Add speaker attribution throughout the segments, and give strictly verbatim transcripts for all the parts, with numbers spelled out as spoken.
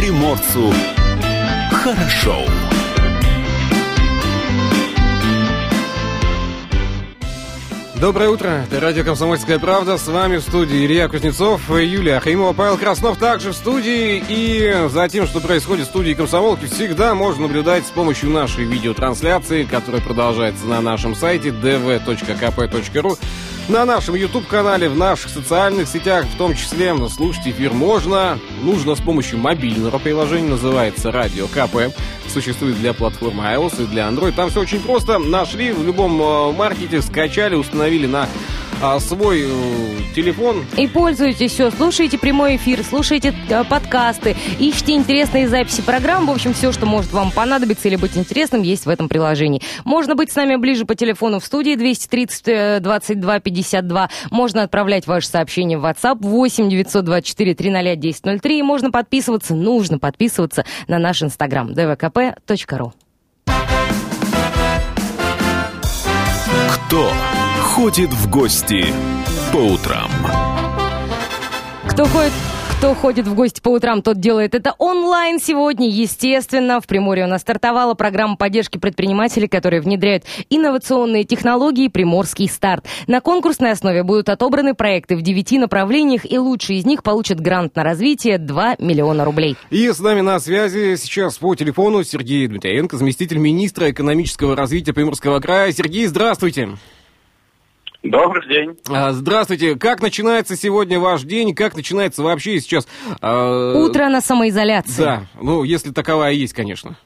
Speaker 1: приморцу хорошо.
Speaker 2: Доброе утро, это радио «Комсомольская правда», с вами в студии Илья Кузнецов, Юлия Ахаимова, Павел Краснов также в студии. И за тем, что происходит в студии «Комсомолки», всегда можно наблюдать с помощью нашей видеотрансляции, которая продолжается на нашем сайте дэ вэ точка ка пэ точка ру, на нашем YouTube-канале, в наших социальных сетях, в том числе. Слушать эфир можно, нужно с помощью мобильного приложения, называется «Радио КП». Существует для платформы iOS и для Android. Там все очень просто. Нашли в любом э, маркете, скачали, установили на э, свой э, телефон.
Speaker 3: И пользуйтесь, все. Слушайте прямой эфир, слушайте э, подкасты, ищите интересные записи программ. В общем, все, что может вам понадобиться или быть интересным, есть в этом приложении. Можно быть с нами ближе по телефону в студии двести тридцать двадцать два пятьдесят два. Можно отправлять ваши сообщения в WhatsApp восемь девятьсот двадцать четыре триста десять ноль три. И можно подписываться, нужно подписываться на наш Инстаграм дэ вэ ка пэ точка ру.
Speaker 1: Кто ходит в гости по утрам?
Speaker 3: Кто ходит, кто ходит в гости по утрам, тот делает это онлайн сегодня. Естественно, в Приморье у нас стартовала программа поддержки предпринимателей, которые внедряют инновационные технологии «Приморский старт». На конкурсной основе будут отобраны проекты в девяти направлениях, и лучшие из них получат грант на развитие два миллиона рублей.
Speaker 2: И с нами на связи сейчас по телефону Сергей Дмитриенко, заместитель министра экономического развития Приморского края. Сергей, здравствуйте.
Speaker 4: Добрый день.
Speaker 2: Здравствуйте. Как начинается сегодня ваш день? Как начинается вообще сейчас... Э...
Speaker 3: Утро на самоизоляции.
Speaker 2: Да, ну, если таковая есть, конечно.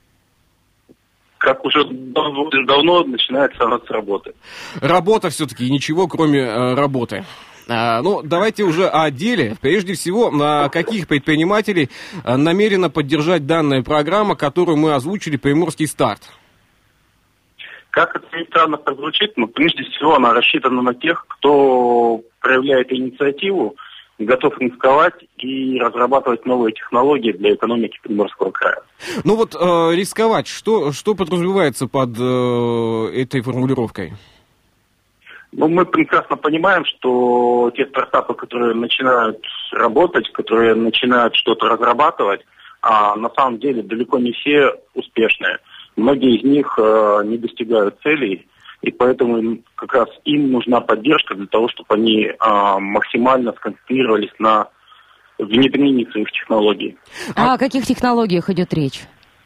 Speaker 4: Как уже давно, давно начинается она с работы.
Speaker 2: Работа все-таки, ничего кроме э, работы. А, ну, давайте уже о деле. Прежде всего, на каких предпринимателей намерена поддержать данная программа, которую мы озвучили, «Приморский старт»?
Speaker 4: Как это ни странно прозвучит, но прежде всего она рассчитана на тех, кто проявляет инициативу, готов рисковать и разрабатывать новые технологии для экономики Приморского края.
Speaker 2: Ну вот э, рисковать, что, что подразумевается под э, этой формулировкой?
Speaker 4: Ну, мы прекрасно понимаем, что те стартапы, которые начинают работать, которые начинают что-то разрабатывать, а на самом деле далеко не все успешные. Многие из них э, не достигают целей, и поэтому им, как раз им нужна поддержка для того, чтобы они э, максимально сконцентрировались на внедрении своих технологий.
Speaker 3: А о каких технологиях идет речь?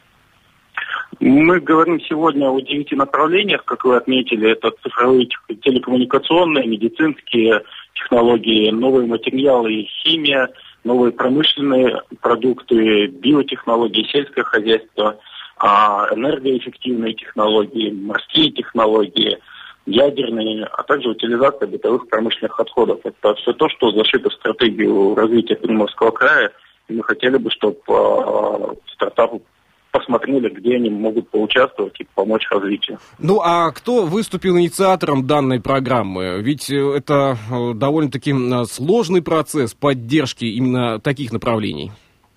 Speaker 4: Мы говорим сегодня о девяти направлениях, как вы отметили. Это цифровые телекоммуникационные, медицинские технологии, новые материалы и химия, новые промышленные продукты, биотехнологии, сельское хозяйство, энергоэффективные технологии, морские технологии, ядерные, а также утилизация бытовых промышленных отходов. Это все то, что зашито в стратегию развития Приморского края, и мы хотели бы, чтобы э, стартапы посмотрели, где они могут поучаствовать и помочь развитию.
Speaker 2: Ну, а кто выступил инициатором данной программы? Ведь это довольно-таки сложный процесс поддержки именно таких направлений.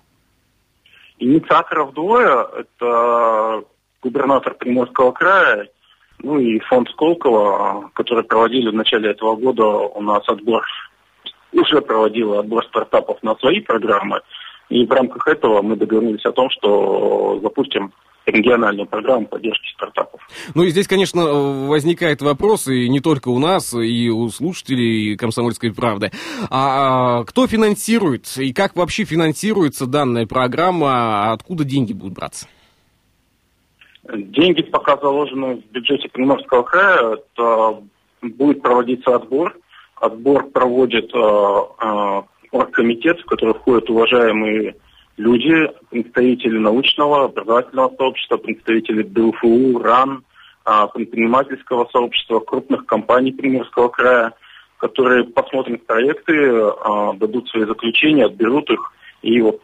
Speaker 4: Инициаторов двое. Это губернатор Приморского края, ну и фонд Сколково, которые проводили в начале этого года у нас отбор, уже проводила отбор стартапов на свои программы. И в рамках этого мы договорились о том, что запустим региональную программу поддержки стартапов.
Speaker 2: Ну и здесь, конечно, возникает вопрос, и не только у нас, и у слушателей «Комсомольской правды». А кто финансирует, и как вообще финансируется данная программа, откуда деньги будут браться?
Speaker 4: Деньги пока заложены в бюджете Приморского края. Это будет проводиться отбор. Отбор проводит оргкомитет, в который входят уважаемые люди, представители научного, образовательного сообщества, представители дэ эф у, РАН, предпринимательского сообщества, крупных компаний Приморского края, которые посмотрят проекты, дадут свои заключения, отберут их. И вот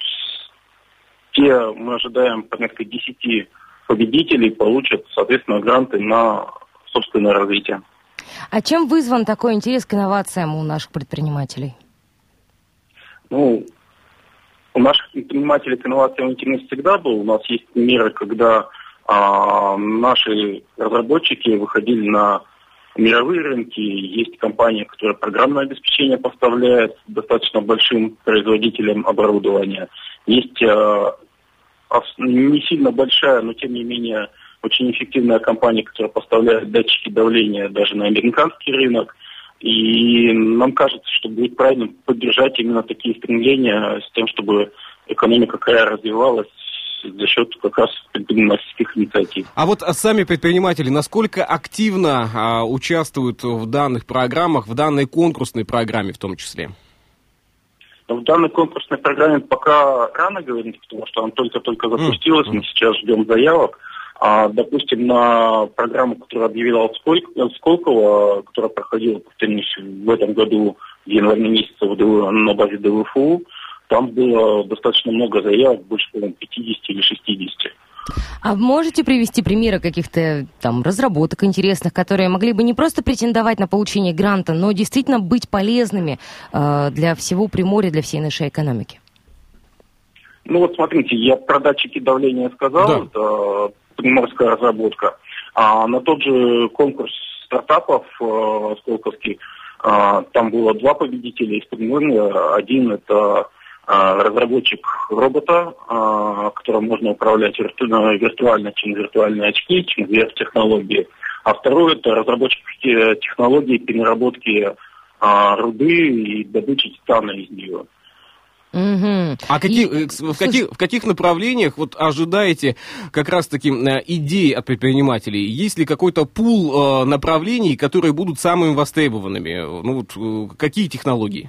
Speaker 4: те, мы ожидаем, порядка десяти победителей получат, соответственно, гранты на собственное развитие.
Speaker 3: А чем вызван такой интерес к инновациям у наших предпринимателей?
Speaker 4: Ну, у наших предпринимателей к инновациям интерес всегда был. У нас есть примеры, когда а, наши разработчики выходили на мировые рынки. Есть компания, которая программное обеспечение поставляет достаточно большим производителям оборудования. Есть э, не сильно большая, но тем не менее очень эффективная компания, которая поставляет датчики давления даже на американский рынок. И нам кажется, что будет правильно поддержать именно такие стремления с тем, чтобы экономика края развивалась за счет как раз предпринимательских инициатив.
Speaker 2: А вот сами предприниматели насколько активно а, участвуют в данных программах, в данной конкурсной программе в том числе?
Speaker 4: В данной конкурсной программе пока рано говорить, потому что она только-только запустилась, mm-hmm. мы сейчас ждем заявок. А, допустим, на программу, которую объявила Сколково, которая проходила, повторюсь, в этом году в январе месяце на базе ДВФУ, там было достаточно много заявок, больше, по-моему, пятьдесят или шестьдесят.
Speaker 3: А можете привести примеры каких-то там разработок интересных, которые могли бы не просто претендовать на получение гранта, но действительно быть полезными э, для всего Приморья, для всей нашей экономики?
Speaker 4: Ну вот смотрите, я про датчики давления сказал, да. Это приморская разработка. А на тот же конкурс стартапов э, сколковский, э, там было два победителя из Приморья. Один это разработчик робота, которым можно управлять виртуально, виртуально через виртуальные очки, через ви ар-технологии. А второй – это разработчик технологий переработки руды и добычи титана из нее.
Speaker 3: Угу.
Speaker 2: А какие, и, в, каких, в каких направлениях вот ожидаете как раз-таки идей от предпринимателей? Есть ли какой-то пул э, направлений, которые будут самыми востребованными? Ну, вот, какие технологии?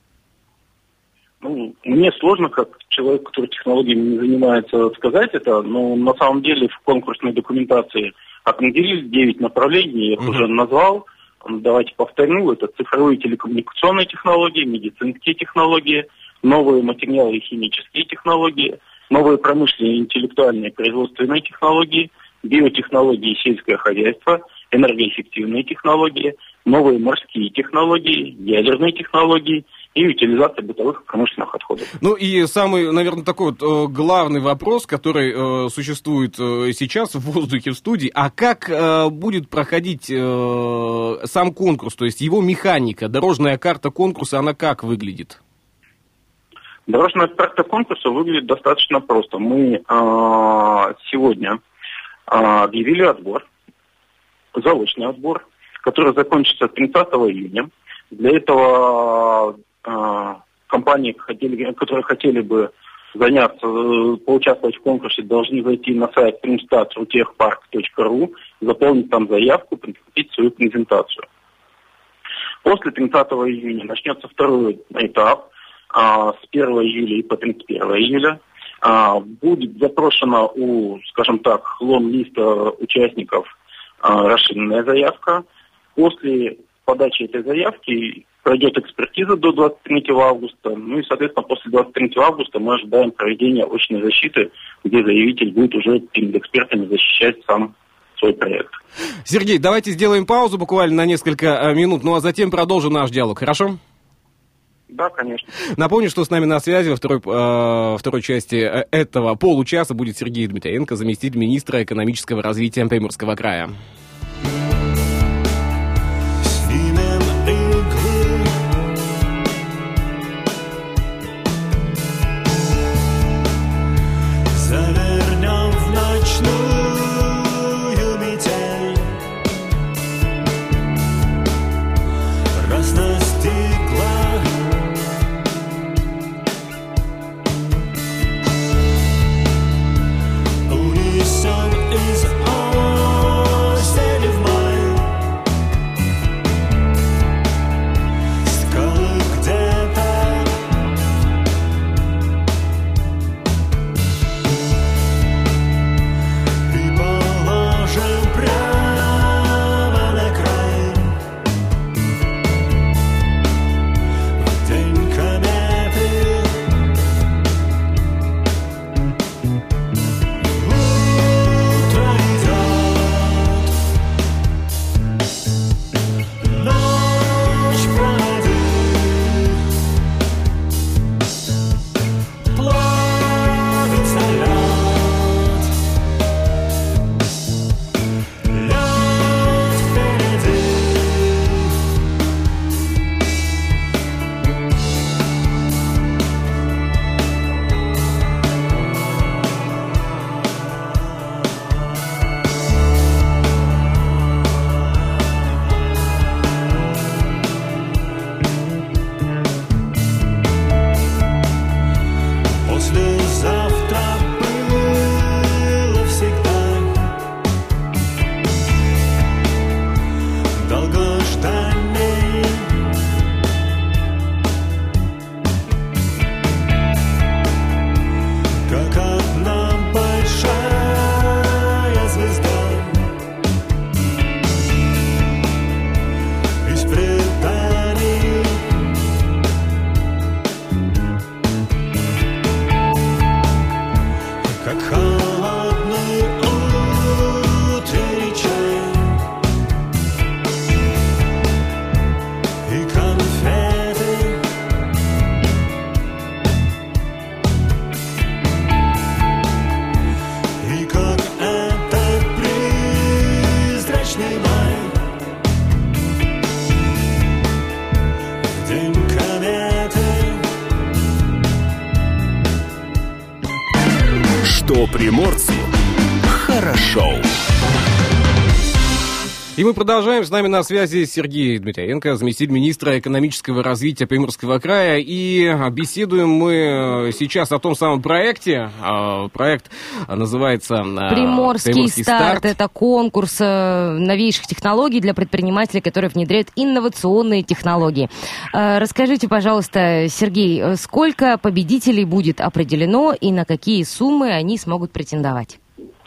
Speaker 4: Ну, мне сложно, как человек, который технологиями не занимается, сказать это, но на самом деле в конкурсной документации определились девять направлений, я их uh-huh. уже назвал. Давайте повторю. Это цифровые телекоммуникационные технологии, медицинские технологии, новые материалы и химические технологии, новые промышленные, интеллектуальные, производственные технологии, биотехнологии и сельское хозяйство, энергоэффективные технологии, новые морские технологии, ядерные технологии и утилизация бытовых и промышленных отходов.
Speaker 2: Ну и самый, наверное, такой вот э, главный вопрос, который э, существует э, сейчас в воздухе в студии, а как э, будет проходить э, сам конкурс, то есть его механика, дорожная карта конкурса, она как выглядит?
Speaker 4: Дорожная карта конкурса выглядит достаточно просто. Мы э, сегодня э, объявили отбор, заочный отбор, который закончится тридцатого июня. Для этого э, компании, хотели, которые хотели бы заняться, э, поучаствовать в конкурсе, должны зайти на сайт примстат точка рутехпарк точка ру, заполнить там заявку, прикрепить свою презентацию. После тридцатого июня начнется второй этап э, с первого июля и по тридцать первого июля. Э, будет запрошена у, скажем так, лон-листа участников э, расширенная заявка. После подачи этой заявки пройдет экспертиза до двадцать третьего августа. Ну и, соответственно, после двадцать третьего августа мы ожидаем проведения очной защиты, где заявитель будет уже перед экспертами защищать сам свой проект.
Speaker 2: Сергей, давайте сделаем паузу буквально на несколько минут, ну а затем продолжим наш диалог, хорошо?
Speaker 4: Да, конечно.
Speaker 2: Напомню, что с нами на связи во второй, э, второй части этого получаса будет Сергей Дмитриенко, заместитель министра экономического развития Приморского края.
Speaker 5: Only sun is all
Speaker 1: что приморцу хорошо.
Speaker 2: И мы продолжаем. С нами на связи Сергей Дмитриенко, заместитель министра экономического развития Приморского края. И беседуем мы сейчас о том самом проекте. Проект называется
Speaker 3: «Приморский, Приморский старт». старт. Это конкурс новейших технологий для предпринимателей, которые внедряют инновационные технологии. Расскажите, пожалуйста, Сергей, сколько победителей будет определено и на какие суммы они смогут претендовать?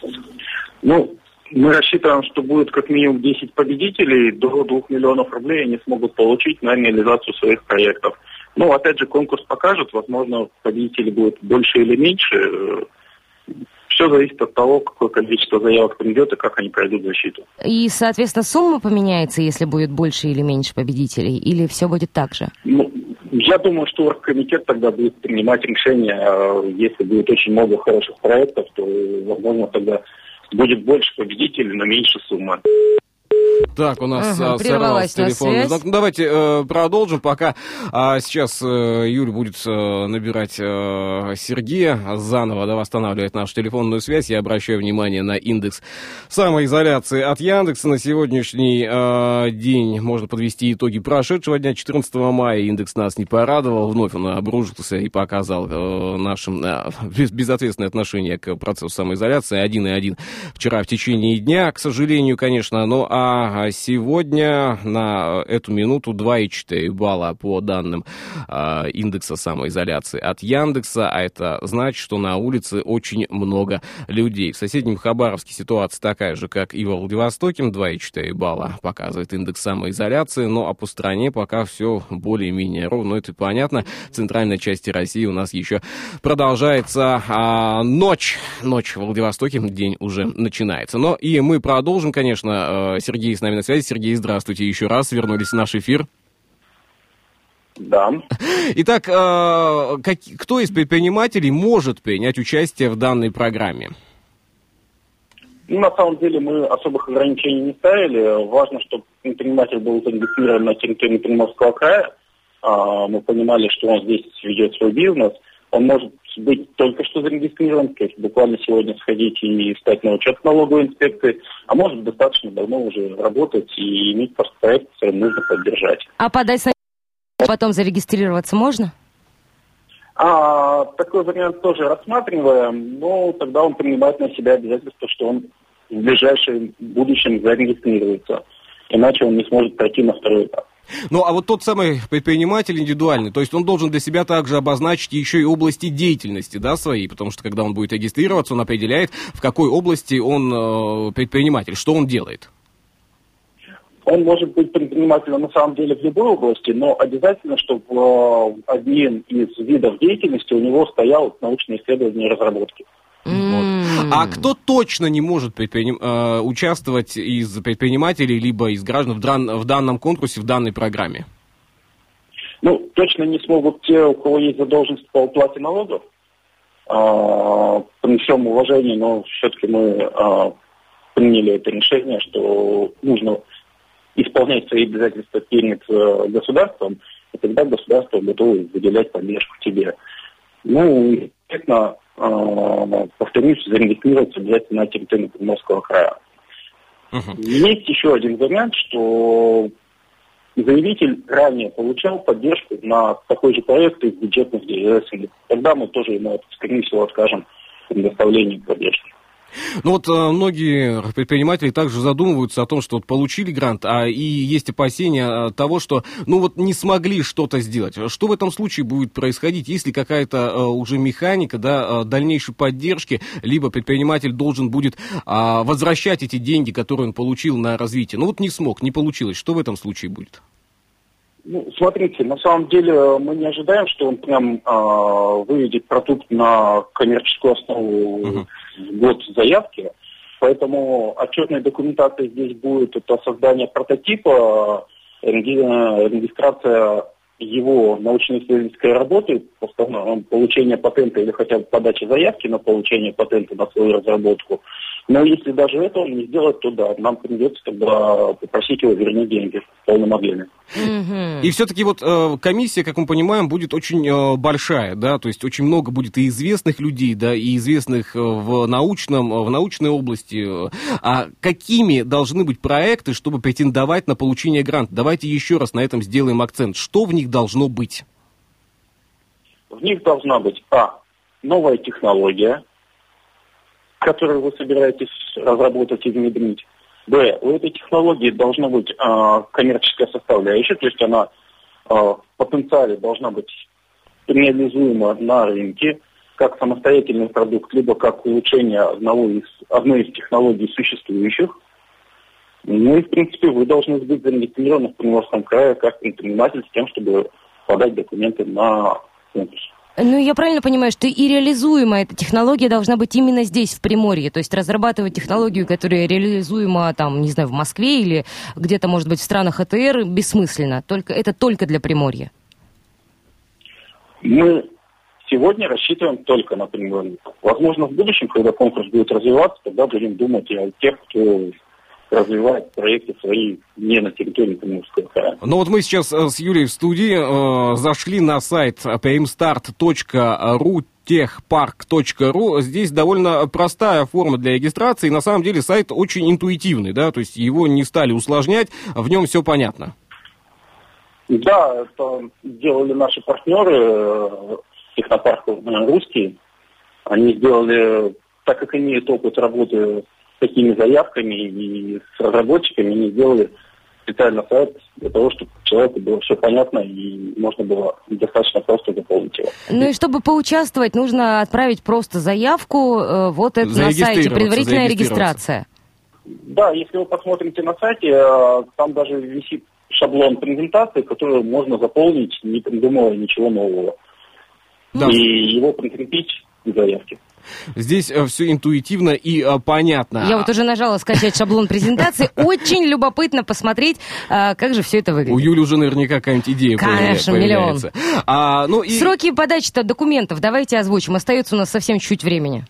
Speaker 4: Ну, мы рассчитываем, что будет как минимум десять победителей, до двух миллионов рублей они смогут получить на реализацию своих проектов. Ну, опять же, конкурс покажет, возможно, победителей будет больше или меньше. Все зависит от того, какое количество заявок придет и как они пройдут защиту.
Speaker 3: И, соответственно, сумма поменяется, если будет больше или меньше победителей, или все будет так же?
Speaker 4: Ну, я думаю, что оргкомитет тогда будет принимать решение. Если будет очень много хороших проектов, то, возможно, тогда будет больше победителей, но меньше суммы.
Speaker 2: Так, у нас
Speaker 3: ага,
Speaker 2: сорвался телефон. Ну, давайте э, продолжим, пока а, сейчас э, Юля будет э, набирать э, Сергея заново, да, восстанавливать нашу телефонную связь. Я обращаю внимание на индекс самоизоляции от Яндекса. На сегодняшний э, день можно подвести итоги прошедшего дня, четырнадцатого мая. Индекс нас не порадовал. Вновь он обрушился и показал э, нашим э, безответственное отношение к процессу самоизоляции. один и один вчера в течение дня, к сожалению, конечно. Ну, а сегодня на эту минуту два и четыре балла по данным э, индекса самоизоляции от Яндекса, а это значит, что на улице очень много людей. В соседнем Хабаровске ситуация такая же, как и во Владивостоке, два и четыре балла показывает индекс самоизоляции, но а по стране пока все более-менее ровно, это понятно. В центральной части России у нас еще продолжается э, ночь, ночь в Владивостоке, день уже начинается. Но и мы продолжим, конечно, э, Сергей с нами на связи. Сергей, здравствуйте еще раз. Вернулись в наш эфир.
Speaker 4: Да.
Speaker 2: Итак, э, как, кто из предпринимателей может принять участие в данной программе?
Speaker 4: Ну, на самом деле мы особых ограничений не ставили. Важно, чтобы предприниматель был зарегистрирован на территории Приморского края. А, мы понимали, что он здесь ведет свой бизнес. Он может быть только что зарегистрирован, то есть буквально сегодня сходить и встать на учет налоговой инспекции, а может достаточно давно уже работать и иметь просто проект, который нужно поддержать.
Speaker 3: А подать на потом зарегистрироваться можно?
Speaker 4: А, такой вариант тоже рассматриваем, но тогда он принимает на себя обязательство, что он в ближайшем будущем зарегистрируется, иначе он не сможет пройти на второй этап.
Speaker 2: Ну, а вот тот самый предприниматель индивидуальный, то есть он должен для себя также обозначить еще и области деятельности, да, свои, потому что когда он будет регистрироваться, он определяет, в какой области он э, предприниматель, что он делает.
Speaker 4: Он может быть предпринимателем на самом деле в любой области, но обязательно, чтобы э, один из видов деятельности у него стоял научные исследования и разработки.
Speaker 3: Mm.
Speaker 2: Вот. А кто точно не может предприним... э, участвовать из предпринимателей либо из граждан в, дран... в данном конкурсе, в данной программе?
Speaker 4: Ну, точно не смогут те, у кого есть задолженность по уплате налогов. А, при всем уважении, но все-таки мы а, приняли это решение, что нужно исполнять свои обязательства перед государством, и тогда государство готово выделять поддержку тебе. Ну, естественно, повторюсь, зарегистрироваться обязательно на территории Приморского края. Uh-huh. Есть еще один вариант, что заявитель ранее получал поддержку на такой же проект из бюджетных денег. Тогда мы тоже ему, скорее всего, откажем в предоставлении поддержки.
Speaker 2: Ну вот многие предприниматели также задумываются о том, что вот получили грант, а и есть опасения того, что ну вот не смогли что-то сделать. Что в этом случае будет происходить, если какая-то уже механика, да, дальнейшей поддержки, либо предприниматель должен будет а, возвращать эти деньги, которые он получил на развитие? Ну вот не смог, не получилось. Что в этом случае будет?
Speaker 4: Ну, смотрите, на самом деле мы не ожидаем, что он прям э, выведет продукт на коммерческую основу uh-huh. в год заявки. Поэтому отчетной документацией здесь будет это создание прототипа, регистрация его научно-исследовательской работы, получение патента или хотя бы подача заявки на получение патента на свою разработку. Но если даже это он не сделает, то да, нам придется тогда попросить его вернуть деньги в полном объеме.
Speaker 3: Mm-hmm.
Speaker 2: И все-таки вот э, комиссия, как мы понимаем, будет очень э, большая, да, то есть очень много будет и известных людей, да, и известных в научном, в научной области. А какими должны быть проекты, чтобы претендовать на получение гранта? Давайте еще раз на этом сделаем акцент. Что в них должно быть?
Speaker 4: В них должна быть, а, новая технология, которую вы собираетесь разработать и внедрить. Б, у этой технологии должна быть э, коммерческая составляющая, то есть она э, в потенциале должна быть реализуема на рынке как самостоятельный продукт, либо как улучшение одного из, одной из технологий существующих. Ну и, в принципе, вы должны быть зарегистрированы в Приморском крае как предприниматель с тем, чтобы подать документы на конкурс.
Speaker 3: Ну, я правильно понимаю, что и реализуемая эта технология должна быть именно здесь, в Приморье? То есть разрабатывать технологию, которая реализуема, там, не знаю, в Москве или где-то, может быть, в странах А Тэ Эр, бессмысленно. Только, это только для Приморья.
Speaker 4: Мы сегодня рассчитываем только на Приморье. Возможно, в будущем, когда конкурс будет развиваться, тогда будем думать и о тех, кто развивает проекты свои не на территории Приморского края.
Speaker 2: Ну вот мы сейчас с Юлей в студии э, зашли на сайт пи эм старт точка ру техпарк точка ру. Здесь довольно простая форма для регистрации. На самом деле сайт очень интуитивный, да, то есть его не стали усложнять, в нем все понятно.
Speaker 4: Да, это делали наши партнеры технопарк русские. Они сделали, так как имеют опыт работы такими заявками и с разработчиками, не сделали специально сайт для того, чтобы человеку было все понятно и можно было достаточно просто заполнить его.
Speaker 3: Ну и чтобы поучаствовать, нужно отправить просто заявку, э, вот это на сайте, предварительная регистрация.
Speaker 4: Да, если вы посмотрите на сайте, там даже висит шаблон презентации, который можно заполнить, не придумывая ничего нового. Да. И его прикрепить к заявке.
Speaker 2: Здесь э, все интуитивно и э, понятно.
Speaker 3: Я вот уже нажала скачать шаблон презентации. Очень любопытно посмотреть, э, как же все это выглядит.
Speaker 2: У Юли уже наверняка какая-нибудь идея
Speaker 3: Конечно,
Speaker 2: появляется.
Speaker 3: Миллион.
Speaker 2: А, ну и...
Speaker 3: Сроки подачи-то документов давайте озвучим. Остается у нас совсем чуть времени.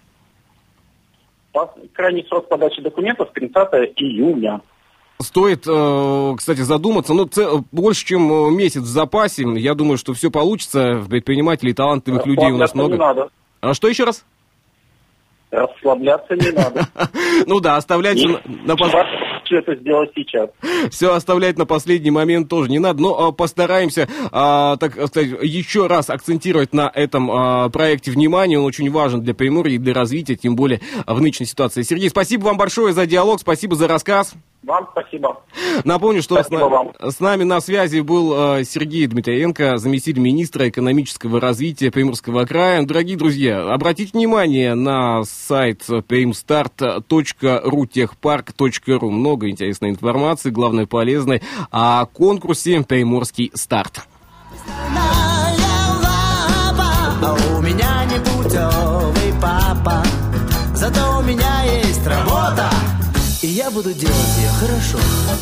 Speaker 4: Крайний срок подачи документов тридцатого июня.
Speaker 2: Стоит, кстати, задуматься, ну, больше, чем месяц в запасе. Я думаю, что все получится. Предпринимателей, талантливых людей у нас много.
Speaker 4: Не надо.
Speaker 2: А что еще раз?
Speaker 4: Расслабляться не надо.
Speaker 2: Ну да, оставлять... на
Speaker 4: Все это сделать сейчас.
Speaker 2: Все оставлять на последний момент тоже не надо, но постараемся, так сказать, еще раз акцентировать на этом проекте внимание. Он очень важен для Приморья и для развития, тем более в нынешней ситуации. Сергей, спасибо вам большое за диалог, спасибо за рассказ.
Speaker 4: Вам спасибо.
Speaker 2: Напомню, что с,
Speaker 4: на...
Speaker 2: с нами на связи был э, Сергей Дмитриенко, заместитель министра экономического развития Приморского края. Дорогие друзья, обратите внимание на сайт пи эм старт точка ру техпарк точка ру. Много интересной информации, главное полезной, о конкурсе «Приморский старт».
Speaker 5: А у меня не путевый папа, зато у меня есть работа. И я буду делать ее хорошо.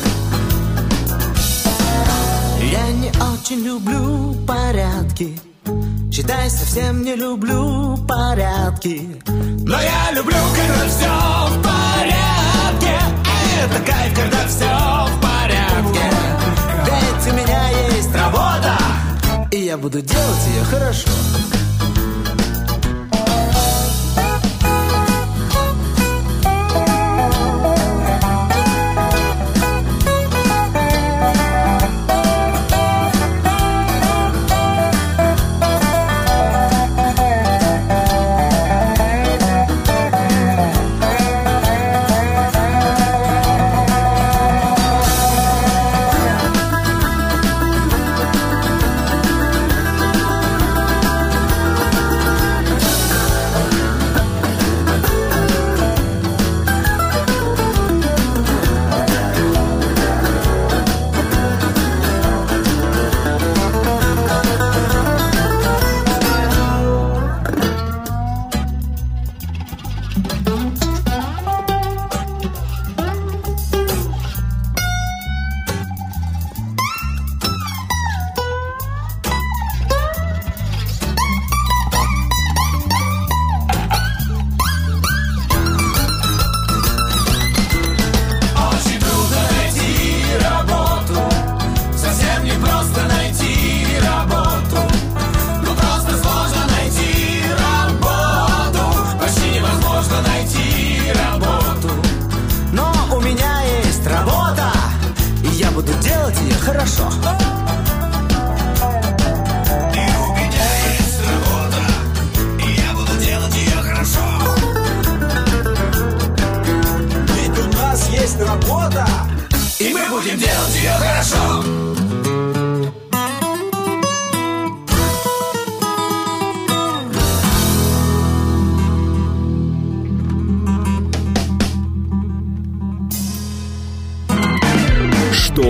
Speaker 5: Я не очень люблю порядки, считай, совсем не люблю порядки. Но я люблю, когда все в порядке. Это кайф, когда все в порядке. Ведь у меня есть работа, и я буду делать ее хорошо.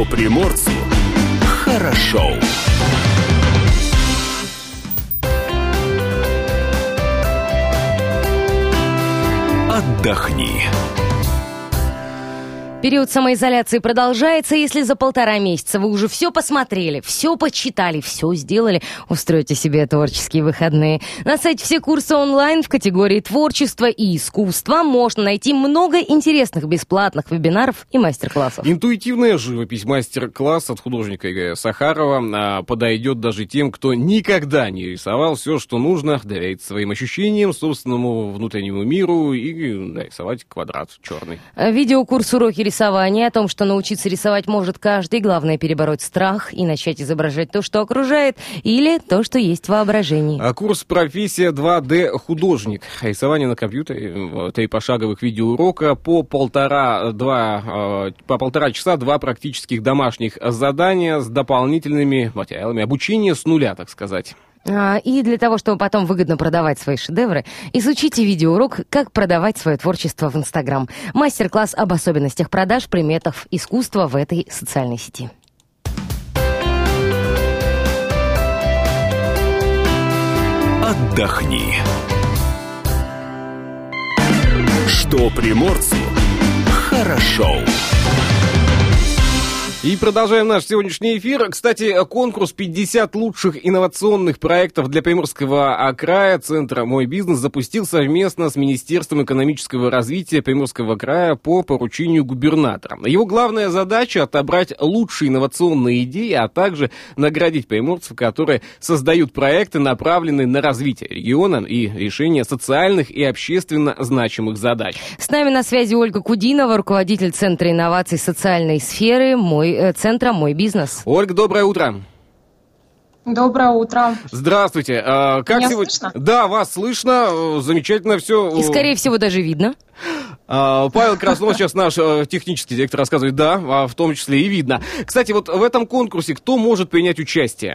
Speaker 1: Что приморцу хорошо. Отдохни.
Speaker 3: Период самоизоляции продолжается. Если за полтора месяца вы уже все посмотрели, все почитали, все сделали, устройте себе творческие выходные. На сайте все курсы онлайн в категории «Творчество и искусство» можно найти много интересных бесплатных вебинаров и мастер-классов.
Speaker 2: Интуитивная живопись, мастер-класс от художника Игоря Сахарова подойдет даже тем, кто никогда не рисовал. Все, что нужно, доверить своим ощущениям, собственному внутреннему миру и нарисовать квадрат черный.
Speaker 3: Видеокурс «Уроки рисования» о том, что научиться рисовать может каждый. Главное — перебороть страх и начать изображать то, что окружает, или то, что есть в воображении.
Speaker 2: А курс «Профессия два дэ художник». Рисование на компьютере, три пошаговых видеоурока по полтора, два, по полтора часа, два практических домашних задания с дополнительными материалами. Обучение с нуля, так сказать.
Speaker 3: И для того, чтобы потом выгодно продавать свои шедевры, изучите видеоурок «Как продавать свое творчество в Инстаграм». Мастер-класс об особенностях продаж, приметах искусства в этой социальной сети.
Speaker 1: Отдохни. Что приморцу хорошо.
Speaker 2: И продолжаем наш сегодняшний эфир. Кстати, конкурс пятьдесят лучших инновационных проектов для Приморского края Центра «Мой бизнес» запустил совместно с Министерством экономического развития Приморского края по поручению губернатора. Его главная задача — отобрать лучшие инновационные идеи, а также наградить приморцев, которые создают проекты, направленные на развитие региона и решение социальных и общественно значимых задач.
Speaker 3: С нами на связи Ольга Кудинова, руководитель Центра инноваций социальной сферы «Мой Центра «Мой бизнес».
Speaker 2: Ольга, доброе утро.
Speaker 6: Доброе утро.
Speaker 2: Здравствуйте. А, как
Speaker 6: Меня
Speaker 2: сегодня?
Speaker 6: слышно?
Speaker 2: Да, вас слышно. Замечательно все.
Speaker 3: И, скорее всего, даже видно.
Speaker 2: А, Павел Краснов, сейчас наш а, технический директор, рассказывает, да, а, в том числе и видно. Кстати, вот в этом конкурсе кто может принять участие?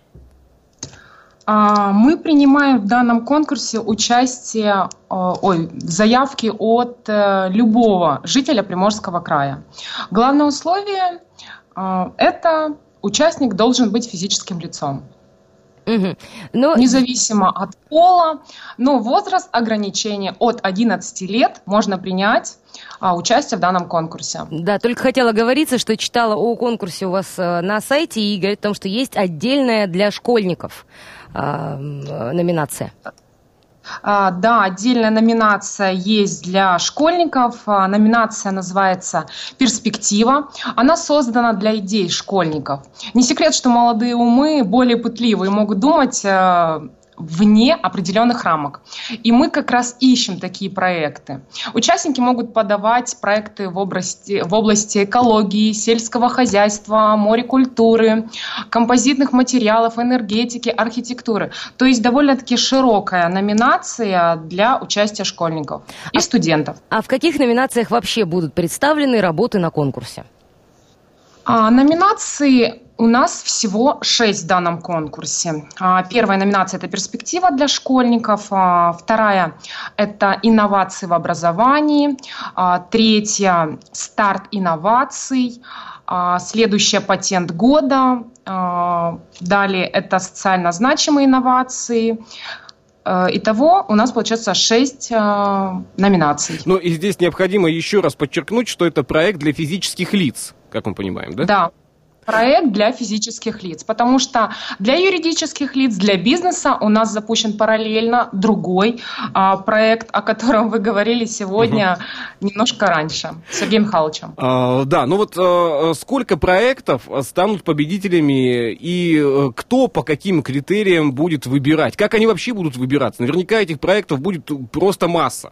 Speaker 6: Мы принимаем в данном конкурсе участие, ой, заявки от любого жителя Приморского края. Главное условие – это участник должен быть физическим лицом.
Speaker 3: Угу. Но...
Speaker 6: Независимо от пола, но возраст ограничения от одиннадцати лет можно принять а, участие в данном конкурсе.
Speaker 3: Да, только хотела говориться, что читала о конкурсе у вас а, на сайте и говорит о том, что есть отдельная для школьников а, номинация.
Speaker 6: А, да, отдельная номинация есть для школьников. А, номинация называется «Перспектива». Она создана для идей школьников. Не секрет, что молодые умы более пытливые, могут думать а, вне определенных рамок. И мы как раз ищем такие проекты. Участники могут подавать проекты в области, в области экологии, сельского хозяйства, морекультуры, композитных материалов, энергетики, архитектуры. То есть довольно-таки широкая номинация для участия школьников и
Speaker 3: а,
Speaker 6: студентов.
Speaker 3: А в каких номинациях вообще будут представлены работы на конкурсе?
Speaker 6: А, номинации у нас всего шесть в данном конкурсе. А, первая номинация – это «Перспектива для школьников». А, вторая – это «Инновации в образовании». А, третья – «Старт инноваций». А, следующая – «Патент года». А, далее – это «Социально значимые инновации». Итого у нас получается шесть э, номинаций.
Speaker 2: Ну и здесь необходимо еще раз подчеркнуть, что это проект для физических лиц, как мы понимаем, да?
Speaker 6: Да. Проект для физических лиц, потому что для юридических лиц, для бизнеса у нас запущен параллельно другой а, проект, о котором вы говорили сегодня угу. немножко раньше, с Сергеем Михайловичем.
Speaker 2: А, да, ну вот а, сколько проектов станут победителями и а, кто по каким критериям будет выбирать? Как они вообще будут выбираться? Наверняка этих проектов будет просто масса.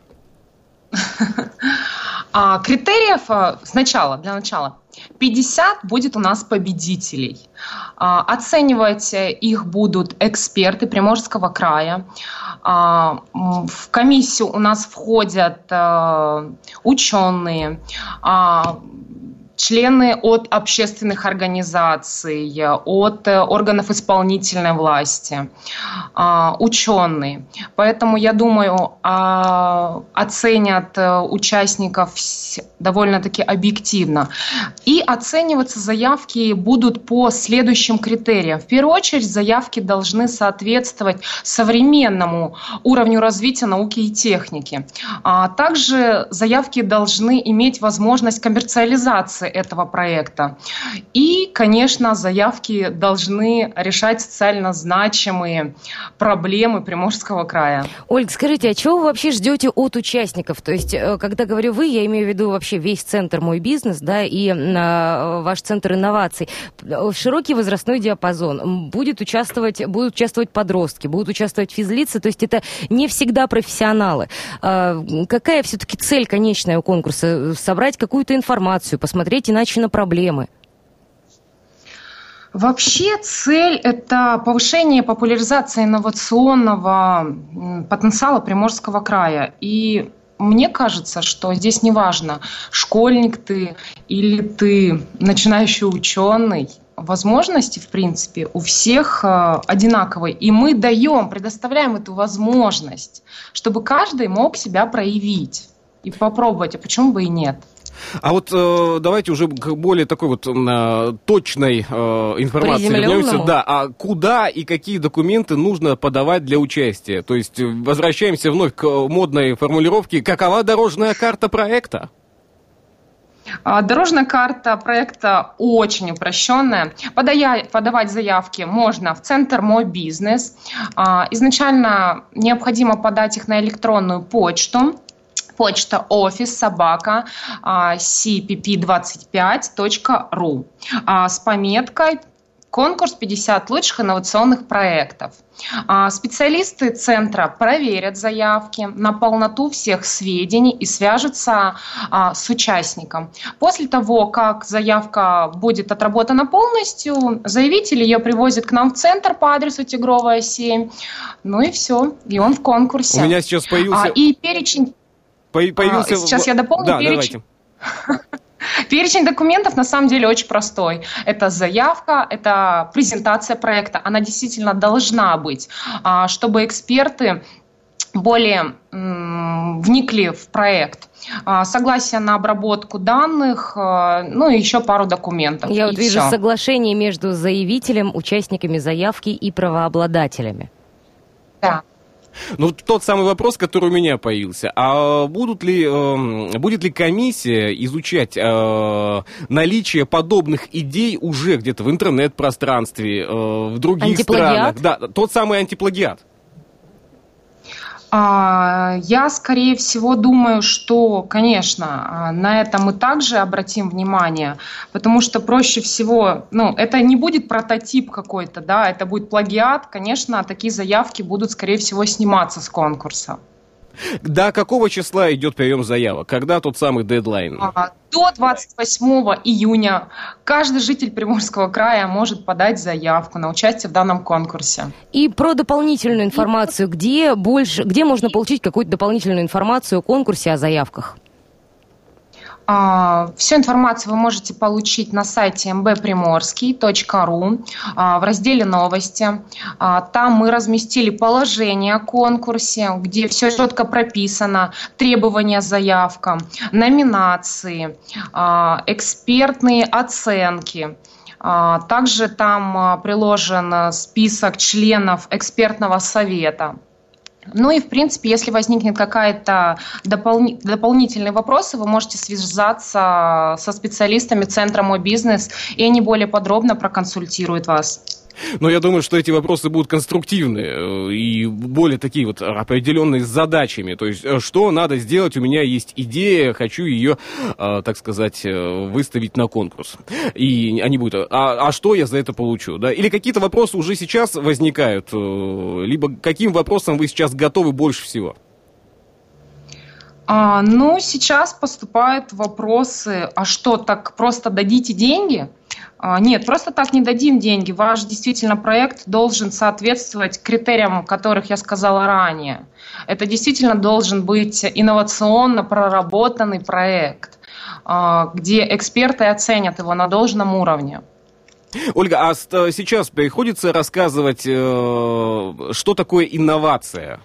Speaker 6: А, критериев сначала, для начала, пятьдесят будет у нас победителей. А, оценивать их будут эксперты Приморского края. А, в комиссию у нас входят а, ученые, а, члены от общественных организаций, от органов исполнительной власти, ученые. Поэтому, я думаю, оценят участников довольно-таки объективно. И оцениваться заявки будут по следующим критериям. В первую очередь, заявки должны соответствовать современному уровню развития науки и техники. Также заявки должны иметь возможность коммерциализации этого проекта. И, конечно, заявки должны решать социально значимые проблемы Приморского края.
Speaker 3: Ольга, скажите, а чего вы вообще ждете от участников? То есть, когда говорю вы, я имею в виду вообще весь центр «Мой бизнес», да, и а, ваш центр инноваций. Широкий возрастной диапазон. Будет участвовать, будут участвовать подростки, будут участвовать физлицы, то есть это не всегда профессионалы. А, какая все-таки цель конечная у конкурса? Собрать какую-то информацию, посмотреть иначе на проблемы?
Speaker 6: Вообще цель – это повышение популяризации инновационного потенциала Приморского края. И мне кажется, что здесь не важно, школьник ты или ты начинающий ученый. Возможности, в принципе, у всех одинаковые. И мы даем, предоставляем эту возможность, чтобы каждый мог себя проявить и попробовать, а почему бы и нет.
Speaker 2: А вот э, давайте уже к более такой вот э, точной э, информации вернемся. Да, а куда и какие документы нужно подавать для участия? То есть возвращаемся вновь к модной формулировке. Какова дорожная карта проекта?
Speaker 6: Дорожная карта проекта очень упрощенная. Подая, подавать заявки можно в центр «Мой бизнес». Изначально необходимо подать их на электронную почту. Почта офис собака си пи пи двадцать пять точка ру с пометкой «Конкурс пятьдесят лучших инновационных проектов». Специалисты центра проверят заявки на полноту всех сведений и свяжутся с участником. После того, как заявка будет отработана полностью, заявитель ее привозит к нам в центр по адресу Тигровая, семь. Ну и все, и он в конкурсе.
Speaker 2: У меня сейчас появился...
Speaker 6: И перечень...
Speaker 2: Появился...
Speaker 6: Сейчас я дополню
Speaker 2: да,
Speaker 6: перечень. Перечень документов на самом деле очень простой. Это заявка, это презентация проекта. Она действительно должна быть, чтобы эксперты более вникли в проект. Согласие на обработку данных, ну и еще пару документов.
Speaker 3: Я вот вижу
Speaker 6: все.
Speaker 3: Соглашение между заявителем, участниками заявки и правообладателями.
Speaker 6: Да.
Speaker 2: Ну, тот самый вопрос, который у меня появился. А будут ли, э, будет ли комиссия изучать э, наличие подобных идей уже где-то в интернет-пространстве, э, в других странах? Да, тот самый антиплагиат.
Speaker 6: Я, скорее всего, думаю, что, конечно, на это мы также обратим внимание, потому что проще всего, ну, это не будет прототип какой-то, да, это будет плагиат, конечно, такие заявки будут, скорее всего, сниматься с конкурса.
Speaker 2: До какого числа идет прием заявок? Когда тот самый дедлайн?
Speaker 6: До двадцать восьмого июня каждый житель Приморского края может подать заявку на участие в данном конкурсе.
Speaker 3: И про дополнительную информацию. Где больше, где можно получить какую-то дополнительную информацию о конкурсе, о заявках?
Speaker 6: Всю информацию вы можете получить на сайте эм бэ приморский точка ру в разделе «Новости». Там мы разместили положение о конкурсе, где все четко прописано, требования заявкам, номинации, экспертные оценки. Также там приложен список членов экспертного совета. Ну и, в принципе, если возникнет какая-то допол- дополнительные вопросы, вы можете связаться со специалистами Центра «Мой бизнес», и они более подробно проконсультируют вас.
Speaker 2: Но я думаю, что эти вопросы будут конструктивные и более такие вот определенные с задачами. То есть, что надо сделать, у меня есть идея, хочу ее, так сказать, выставить на конкурс. И они будут, а, а что я за это получу? Да? Или какие-то вопросы уже сейчас возникают, либо каким вопросам вы сейчас готовы больше всего?
Speaker 6: А, ну, сейчас поступают вопросы, а что, так просто дадите деньги? А, нет, просто так не дадим деньги. Ваш действительно проект должен соответствовать критериям, о которых я сказала ранее. Это действительно должен быть инновационно проработанный проект. где эксперты оценят его на должном уровне.
Speaker 2: Ольга, а сейчас приходится рассказывать, что такое инновация?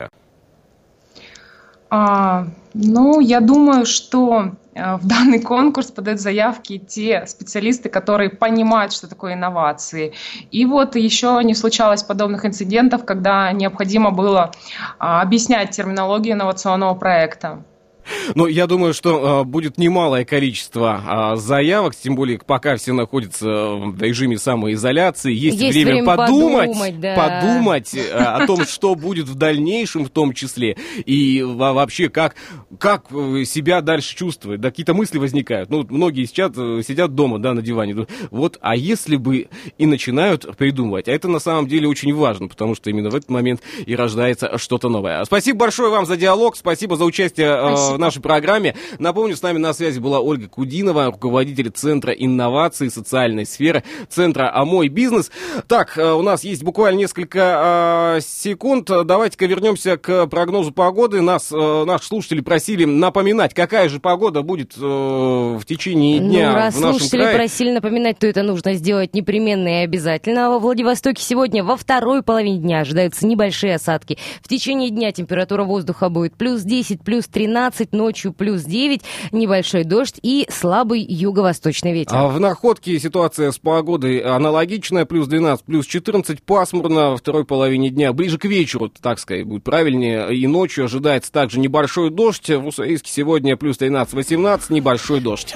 Speaker 6: А, ну, я думаю, что в данный конкурс подают заявки те специалисты, которые понимают, что такое инновации. И вот еще не случалось подобных инцидентов, когда необходимо было объяснять терминологию инновационного проекта.
Speaker 2: Ну, я думаю, что э, будет немалое количество э, заявок, тем более, пока все находятся в режиме самоизоляции. Есть,
Speaker 3: Есть
Speaker 2: время,
Speaker 3: время
Speaker 2: подумать,
Speaker 3: подумать, да.
Speaker 2: подумать э, о том, что будет в дальнейшем в том числе. И во- вообще, как, как себя дальше чувствовать. Да, какие-то мысли возникают. Ну, многие сейчас сидят дома, да, на диване. Вот, а если бы и начинают придумывать? А это на самом деле очень важно, потому что именно в этот момент и рождается что-то новое. Спасибо большое вам за диалог, спасибо за участие э, в нашей программе. Напомню, с нами на связи была Ольга Кудинова, руководитель Центра инноваций социальной сферы, Центра «Мой бизнес». Так, у нас есть буквально несколько э, секунд. Давайте-ка вернемся к прогнозу погоды. Нас, э, наши слушатели просили напоминать, какая же погода будет э, в течение дня
Speaker 3: ну, раз
Speaker 2: в нашем
Speaker 3: слушатели
Speaker 2: крае.
Speaker 3: просили напоминать, то это нужно сделать непременно и обязательно. А во Владивостоке сегодня во второй половине дня ожидаются небольшие осадки. В течение дня температура воздуха будет плюс десять, плюс тринадцать, ночью плюс девять, небольшой дождь и слабый юго-восточный ветер.
Speaker 2: А в Находке ситуация с погодой аналогичная, плюс двенадцать, плюс четырнадцать, пасмурно во второй половине дня, ближе к вечеру, так сказать, будет правильнее, и ночью ожидается также небольшой дождь, в Уссурийске сегодня плюс тринадцать, восемнадцать, небольшой дождь.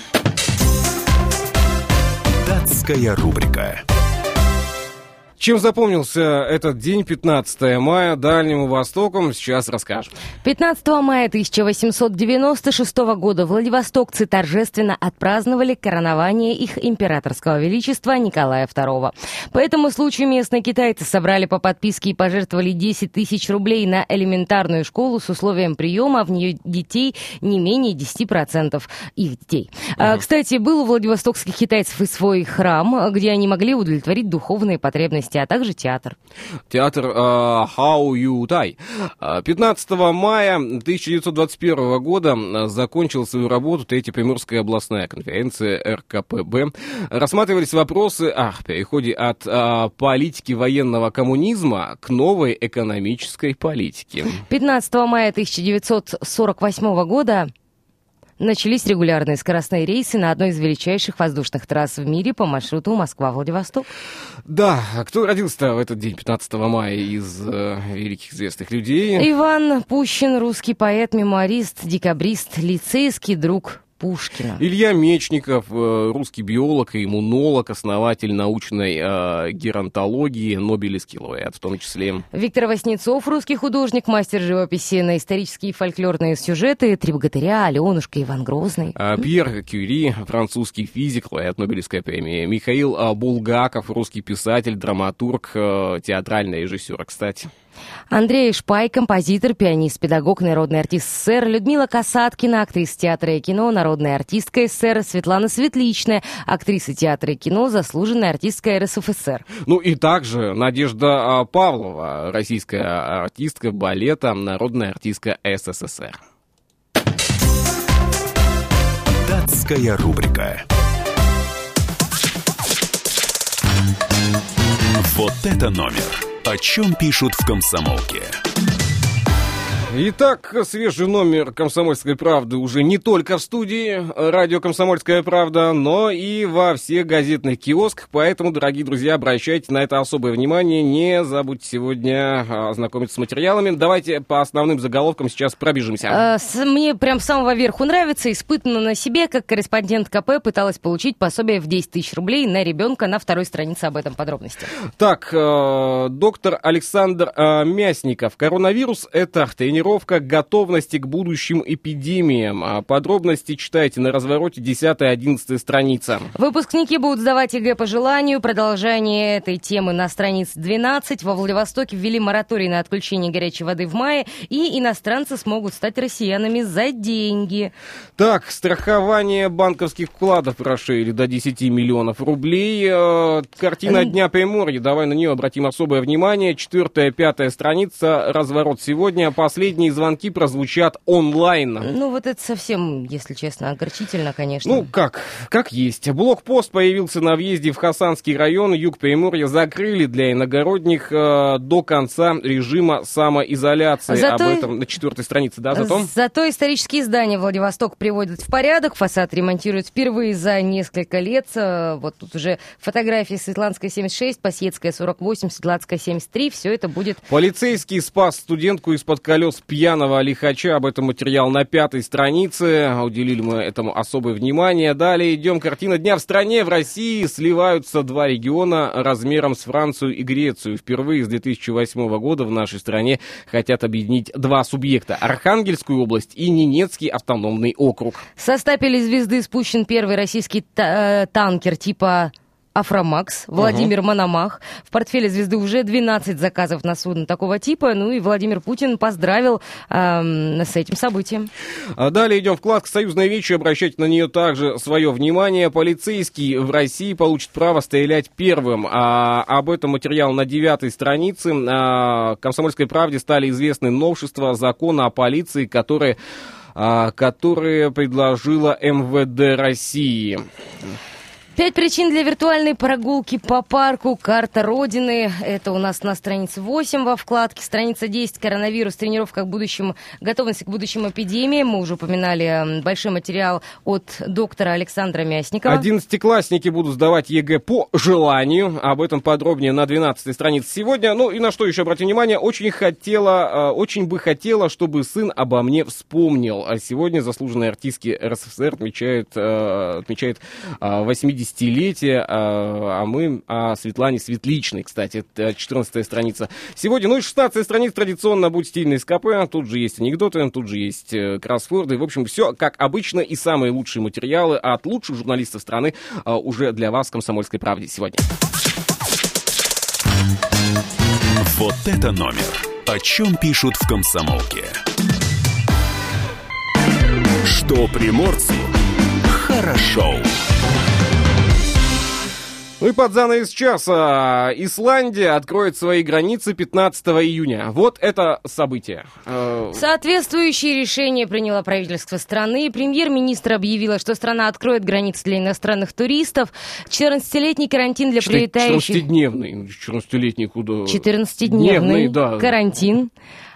Speaker 1: Датская рубрика.
Speaker 2: Чем запомнился этот день, пятнадцатое мая, Дальнему Востоку, сейчас расскажем.
Speaker 3: пятнадцатого мая тысяча восемьсот девяносто шестого года владивостокцы торжественно отпраздновали коронование их императорского величества Николая второго. По этому случаю местные китайцы собрали по подписке и пожертвовали десять тысяч рублей на элементарную школу с условием приема в нее детей не менее десяти процентов их детей. Uh-huh. А, кстати, был у владивостокских китайцев и свой храм, где они могли удовлетворить духовные потребности, а также театр.
Speaker 2: Театр э, Хао Ю Тай. пятнадцатого мая тысяча девятьсот двадцать первого года закончила свою работу Третья Приморская областная конференция эр ка пэ бэ. Рассматривались вопросы о переходе от э, политики военного коммунизма к новой экономической политике.
Speaker 3: пятнадцатого мая тысяча девятьсот сорок восьмого года начались регулярные скоростные рейсы на одной из величайших воздушных трасс в мире по маршруту Москва-Владивосток.
Speaker 2: Да, а кто родился-то в этот день, пятнадцатого мая, из э, великих известных людей?
Speaker 3: Иван Пущин, русский поэт, мемуарист, декабрист, лицейский друг Пушкина.
Speaker 2: Илья Мечников, русский биолог и иммунолог, основатель научной э, геронтологии, нобелевский лауреат в том числе.
Speaker 3: Виктор Васнецов, русский художник, мастер живописи на исторические и фольклорные сюжеты, «Три богатыря», Аленушка, Иван Грозный.
Speaker 2: А, Пьер Кюри, французский физик, лауреат Нобелевской премии. Михаил а, Булгаков, русский писатель, драматург, э, театральный режиссер, кстати.
Speaker 3: Андрей Шпай, композитор, пианист, педагог, народный артист СССР. Людмила Касаткина, актриса театра и кино, народная артистка СССР. Светлана Светличная, актриса театра и кино, заслуженная артистка эр эс эф эс эр.
Speaker 2: Ну и также Надежда Павлова, российская артистка балета, народная артистка эс эс эс эр.
Speaker 1: Датская рубрика. Вот это номер. О чем пишут в «Комсомолке».
Speaker 2: Итак, свежий номер «Комсомольской правды» уже не только в студии радио «Комсомольская правда», но и во всех газетных киосках. Поэтому, дорогие друзья, обращайте на это особое внимание. Не забудьте сегодня ознакомиться с материалами. Давайте по основным заголовкам сейчас пробежимся.
Speaker 3: А, с, мне прям с самого верху нравится. Испытано на себе, как корреспондент ка пэ пыталась получить пособие в десять тысяч рублей на ребенка. На второй странице об этом подробности.
Speaker 2: Так, э, доктор Александр э, Мясников. Коронавирус – это тренировка готовности к будущим эпидемиям. Подробности читайте на развороте десятая-одиннадцатая страница.
Speaker 3: Выпускники будут сдавать ЕГЭ по желанию. Продолжение этой темы на странице двенадцать. Во Владивостоке ввели мораторий на отключение горячей воды в мае, и иностранцы смогут стать россиянами за деньги.
Speaker 2: Так, страхование банковских вкладов расширили до десяти миллионов рублей. Картина Дня Приморья. Давай на нее обратим особое внимание. Четвертая, пятая страница. Разворот сегодня. Последний последние звонки прозвучат онлайн.
Speaker 3: Ну, вот это совсем, если честно, огорчительно, конечно.
Speaker 2: Ну, как? Как есть. Блокпост появился на въезде в Хасанский район. Юг Приморья закрыли для иногородних э, до конца режима самоизоляции.
Speaker 3: Зато...
Speaker 2: Об этом на четвертой странице, да, зато?
Speaker 3: Зато исторические здания Владивосток приводят в порядок. Фасад ремонтируют впервые за несколько лет. Вот тут уже фотографии: Светланская семьдесят шесть, Пассиетская сорок восемь, Светланская семьдесят три. Все это будет...
Speaker 2: Полицейский спас студентку из-под колес пьяного лихача. Об этом материал на пятой странице. Уделили мы этому особое внимание. Далее идем. Картина дня. В стране, в России сливаются два региона размером с Францию и Грецию. Впервые с две тысячи восьмого года в нашей стране хотят объединить два субъекта: Архангельскую область и Ненецкий автономный округ.
Speaker 3: Со стапеля звезды спущен первый российский та- танкер типа Афромакс, Владимир угу. Мономах. В портфеле звезды уже двенадцать заказов на судно такого типа. Ну и Владимир Путин поздравил эм, с этим событием.
Speaker 2: А далее идем. Вкладка «Союзная вещь». Обращайте на нее также свое внимание. Полицейский в России получит право стрелять первым. А, об этом материал на девятой странице. А, «Комсомольской правде» стали известны новшества закона о полиции, которые, а, которые предложила эм вэ дэ России.
Speaker 3: Пять причин для виртуальной прогулки по парку. Карта Родины. Это у нас на странице восемь во вкладке. Страница десять. Коронавирус. Тренировка к будущему. Готовность к будущим эпидемиям. Мы уже упоминали большой материал от доктора Александра Мясникова.
Speaker 2: Одиннадцатиклассники будут сдавать ЕГЭ по желанию. Об этом подробнее на двенадцатой странице сегодня. Ну и на что еще обратите внимание. Очень хотела, очень бы хотела, чтобы сын обо мне вспомнил. А сегодня заслуженные артистки эр эс эс эр отмечают, отмечает восьмидесятилетие. А мы о Светлане Светличной, кстати, это четырнадцатая страница сегодня. Ну и шестнадцатая страница традиционно будет стильный СКП. Тут же есть анекдоты, тут же есть кроссворды. В общем, все как обычно, и самые лучшие материалы от лучших журналистов страны уже для вас в «Комсомольской правде» сегодня.
Speaker 1: Вот это номер. О чем пишут в «Комсомолке». Что приморцу хорошо.
Speaker 2: Ну и под занавес часа. Исландия откроет свои границы пятнадцатого июня. Вот это событие.
Speaker 3: Соответствующее решение приняло правительство страны. Премьер-министр объявила, что страна откроет границы для иностранных туристов. четырнадцатилетний карантин для прилетающих...
Speaker 2: четырнадцатидневный. четырнадцатилетний куда?
Speaker 3: четырнадцатидневный
Speaker 2: да.
Speaker 3: карантин.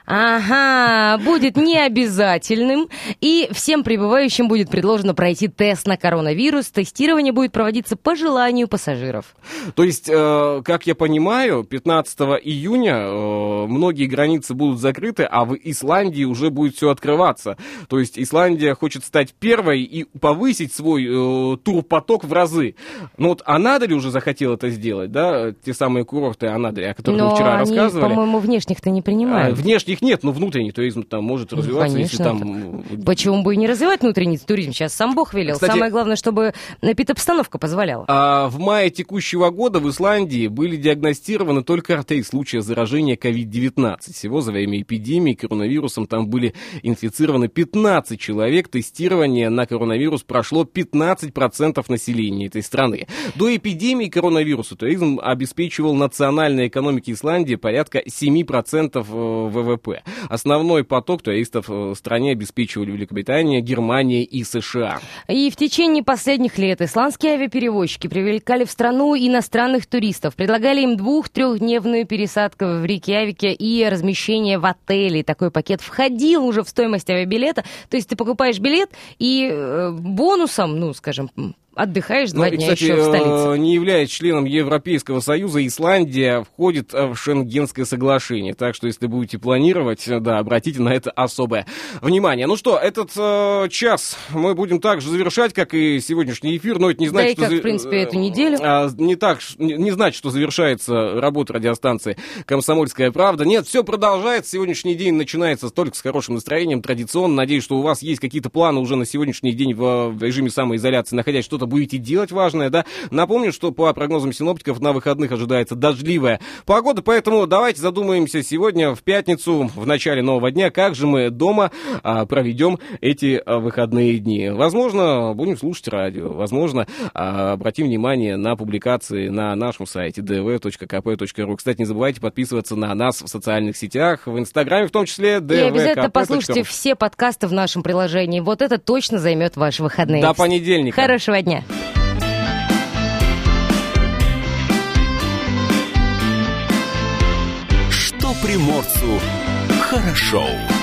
Speaker 3: Ага, будет необязательным, и всем прибывающим будет предложено пройти тест на коронавирус. Тестирование будет проводиться по желанию пассажиров.
Speaker 2: То есть, э, как я понимаю, пятнадцатого июня э, многие границы будут закрыты, а в Исландии уже будет все открываться. То есть Исландия хочет стать первой и повысить свой э, турпоток в разы. Ну вот Анадырь уже захотел это сделать, да, те самые курорты Анадырь, о которых
Speaker 3: Но
Speaker 2: мы вчера
Speaker 3: они,
Speaker 2: рассказывали.
Speaker 3: по-моему, внешних-то не принимают.
Speaker 2: А, внешних нет, но внутренний туризм там может развиваться,
Speaker 3: ну,
Speaker 2: если там...
Speaker 3: Почему бы и не развивать внутренний туризм? Сейчас сам Бог велел.
Speaker 2: Кстати,
Speaker 3: самое главное, чтобы эпидобстановка позволяла.
Speaker 2: А в мае текущего года в Исландии были диагностированы только три случая заражения ковид девятнадцать. Всего за время эпидемии коронавирусом там были инфицированы пятнадцать человек. Тестирование на коронавирус прошло пятнадцать процентов населения этой страны. До эпидемии коронавируса туризм обеспечивал национальной экономике Исландии порядка семь процентов вэ вэ пэ. Основной поток туристов в стране обеспечивали Великобритания, Германия и США.
Speaker 3: И в течение последних лет исландские авиаперевозчики привлекали в страну иностранных туристов, предлагали им двух-трехдневную пересадку в Рейкьявике и размещение в отеле. Такой пакет входил уже в стоимость авиабилета. То есть ты покупаешь билет и э, бонусом, ну, скажем... отдыхаешь два
Speaker 2: ну,
Speaker 3: дня
Speaker 2: и, кстати,
Speaker 3: еще в столице.
Speaker 2: Не являясь членом Европейского Союза, Исландия входит в Шенгенское соглашение. Так что, если будете планировать, да, обратите на это особое внимание. Ну что, этот э, час мы будем также завершать, как и сегодняшний эфир. Но это не значит,
Speaker 3: да и
Speaker 2: что...
Speaker 3: как, в принципе, эту неделю.
Speaker 2: А, не, так, не, не значит, что завершается работа радиостанции «Комсомольская правда». Нет, все продолжается. Сегодняшний день начинается только с хорошим настроением, традиционно. Надеюсь, что у вас есть какие-то планы уже на сегодняшний день в, в режиме самоизоляции, находясь что-то будете делать важное, да. Напомню, что по прогнозам синоптиков на выходных ожидается дождливая погода, поэтому давайте задумаемся сегодня в пятницу, в начале нового дня, как же мы дома а, проведем эти а, выходные дни. Возможно, будем слушать радио, возможно, а, обратим внимание на публикации на нашем сайте ди ви точка ка пэ точка ру. Кстати, не забывайте подписываться на нас в социальных сетях, в Инстаграме в том числе. ди ви ка пэ точка ру. И
Speaker 3: обязательно послушайте все подкасты в нашем приложении. Вот это точно займет ваши выходные.
Speaker 2: До понедельника.
Speaker 3: Хорошего дня.
Speaker 1: Что приморцу хорошо.